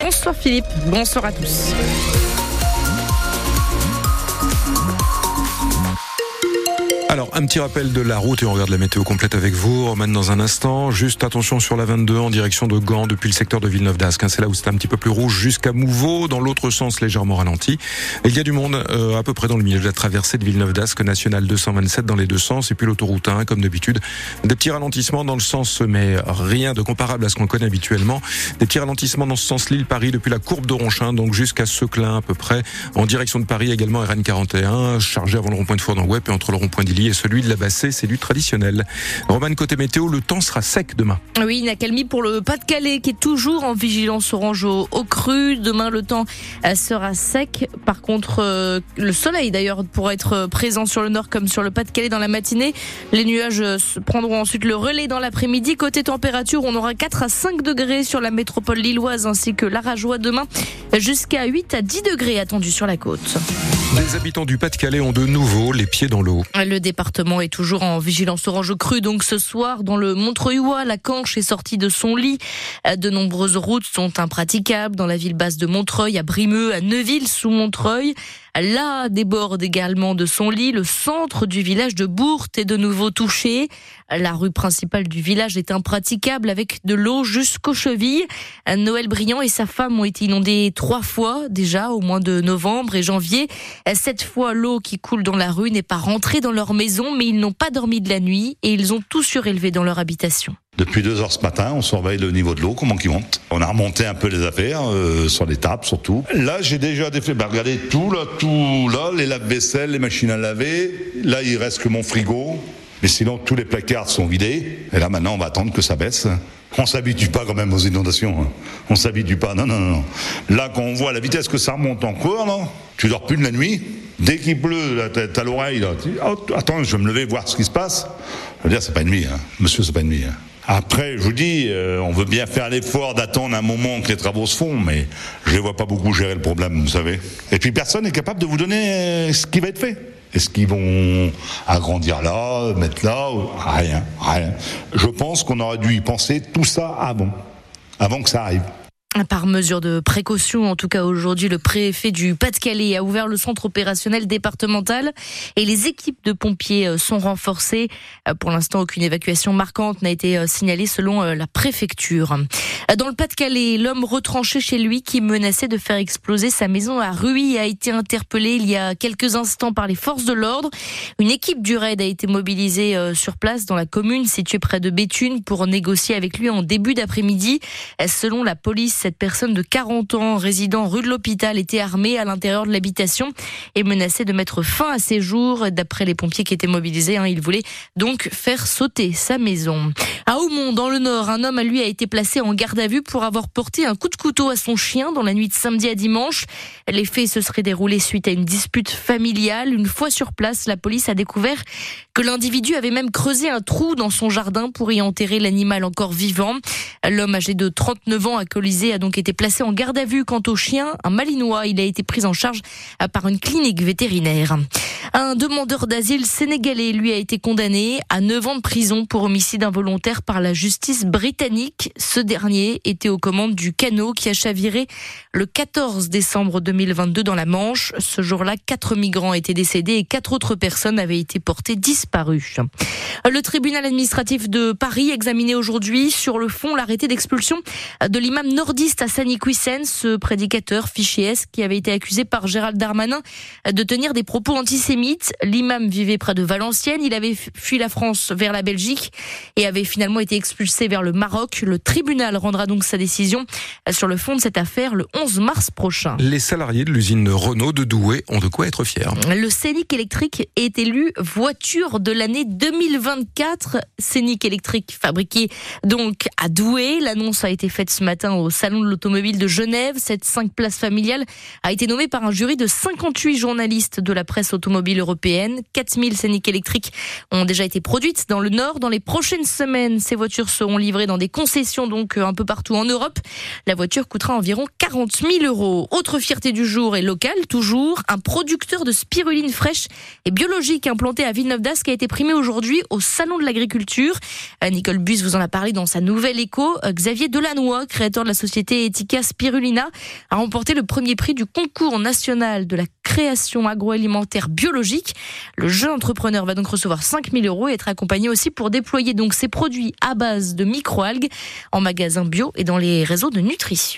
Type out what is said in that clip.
Bonsoir Philippe, bonsoir à tous. Alors, un petit rappel de la route et on regarde la météo complète avec vous. Roman, dans un instant. Juste attention sur la 22 en direction de Gand depuis le secteur de Villeneuve-d'Ascq. C'est là où c'est un petit peu plus rouge jusqu'à Mouveau. Dans l'autre sens, légèrement ralenti. Et il y a du monde à peu près dans le milieu de la traversée de Villeneuve-d'Ascq, nationale 227 dans les deux sens. Et puis l'autoroute 1, comme d'habitude. Des petits ralentissements dans le sens, mais rien de comparable à ce qu'on connaît habituellement. Des petits ralentissements dans ce sens Lille-Paris depuis la courbe de Ronchin, donc jusqu'à Seclin à peu près. En direction de Paris également RN 41, chargé avant le rond-point de Fourdan-Web et entre le rond-point d'Illy et celui de la Bassée, c'est du traditionnel. Roman, côté météo, le temps sera sec demain. Oui, une accalmie pour le Pas-de-Calais qui est toujours en vigilance orange au cru. Demain, le temps sera sec. Par contre, le soleil d'ailleurs pourra être présent sur le nord comme sur le Pas-de-Calais dans la matinée. Les nuages prendront ensuite le relais dans l'après-midi. Côté température, on aura 4 à 5 degrés sur la métropole lilloise ainsi que l'Arageois demain, jusqu'à 8 à 10 degrés attendus sur la côte. Les habitants du Pas-de-Calais ont de nouveau les pieds dans l'eau. Le département est toujours en vigilance orange crue. Donc ce soir, dans le Montreuilois, la Canche est sortie de son lit. De nombreuses routes sont impraticables dans la ville basse de Montreuil, à Brimeux, à Neuville sous Montreuil. Là déborde également de son lit. Le centre du village de Bourte est de nouveau touché. La rue principale du village est impraticable avec de l'eau jusqu'aux chevilles. Noël Briand et sa femme ont été inondés 3 fois déjà au mois de novembre et janvier. Cette fois, l'eau qui coule dans la rue n'est pas rentrée dans leur maison, mais ils n'ont pas dormi de la nuit et ils ont tout surélevé dans leur habitation. Depuis 2 heures ce matin, on surveille le niveau de l'eau, comment qu'il monte. On a remonté un peu les affaires, sur les tables surtout. Là, j'ai déjà défait, regardez tout là, les lave-vaisselle, les machines à laver. Là, il reste que mon frigo. Mais sinon, tous les placards sont vidés. Et là, maintenant, on va attendre que ça baisse. On s'habitue pas quand même aux inondations. Hein. On s'habitue pas, non. Là, quand on voit la vitesse que ça remonte encore, là, tu dors plus de la nuit. Dès qu'il pleut, là, t'as l'oreille, là. Tu dis, oh, attends, je vais me lever voir ce qui se passe. Je veux dire, c'est pas une nuit, hein. Monsieur, c'est pas une nuit, hein. Après, je vous dis, on veut bien faire l'effort d'attendre un moment que les travaux se font, mais je les vois pas beaucoup gérer le problème, vous savez. Et puis personne n'est capable de vous donner ce qui va être fait. Est-ce qu'ils vont agrandir là, mettre là? Rien. Je pense qu'on aurait dû y penser tout ça avant que ça arrive. Par mesure de précaution, en tout cas aujourd'hui, le préfet du Pas-de-Calais a ouvert le centre opérationnel départemental et les équipes de pompiers sont renforcées. Pour l'instant, aucune évacuation marquante n'a été signalée selon la préfecture. Dans le Pas-de-Calais, l'homme retranché chez lui qui menaçait de faire exploser sa maison à Ruy a été interpellé il y a quelques instants par les forces de l'ordre. Une équipe du RAID a été mobilisée sur place dans la commune située près de Béthune pour négocier avec lui en début d'après-midi. Selon la police, cette personne de 40 ans, résident rue de l'Hôpital, était armée à l'intérieur de l'habitation et menaçait de mettre fin à ses jours. D'après les pompiers qui étaient mobilisés, il voulait donc faire sauter sa maison. À Aumont, dans le Nord, un homme, lui, a été placé en garde à vue pour avoir porté un coup de couteau à son chien dans la nuit de samedi à dimanche. Les faits se seraient déroulés suite à une dispute familiale. Une fois sur place, la police a découvert que l'individu avait même creusé un trou dans son jardin pour y enterrer l'animal encore vivant. L'homme âgé de 39 ans alcoolisé a donc été placé en garde à vue. Quant au chien, un malinois, il a été pris en charge par une clinique vétérinaire. Un demandeur d'asile sénégalais, lui, a été condamné à 9 ans de prison pour homicide involontaire par la justice britannique. Ce dernier était aux commandes du canot qui a chaviré le 14 décembre 2022 dans la Manche. Ce jour-là, 4 migrants étaient décédés et 4 autres personnes avaient été portées disparues. Le tribunal administratif de Paris examinait aujourd'hui sur le fond l'arrêté d'expulsion de l'imam nordiste Hassani Quissens, ce prédicateur fiché S qui avait été accusé par Gérald Darmanin de tenir des propos antisémites. L'imam vivait près de Valenciennes, il avait fui la France vers la Belgique et avait finalement été expulsé vers le Maroc. Le tribunal rendra donc sa décision sur le fond de cette affaire le 11 mars prochain. Les salariés de l'usine Renault de Douai ont de quoi être fiers. Le Scénic électrique est élu voiture de l'année 2024. Scénic électrique fabriqué donc à Douai. L'annonce a été faite ce matin au Salon de l'Automobile de Genève. Cette 5 places familiale a été nommée par un jury de 58 journalistes de la presse automobile européenne. 4000 Scénic électriques ont déjà été produites dans le Nord. Dans les prochaines semaines, ces voitures seront livrées dans des concessions donc un peu partout en Europe. La voiture coûtera environ 40 000 €. Autre fierté du jour et locale, toujours, un producteur de spiruline fraîche et biologique implanté à Villeneuve-d'Ascq a été primé aujourd'hui au Salon de l'Agriculture. Nicole Bus vous en a parlé dans sa nouvelle écho. Xavier Delannoy, créateur de la société société Etika Spirulina a remporté le premier prix du concours national de la création agroalimentaire biologique. Le jeune entrepreneur va donc recevoir 5 000 € et être accompagné aussi pour déployer donc ses produits à base de microalgues en magasin bio et dans les réseaux de nutrition.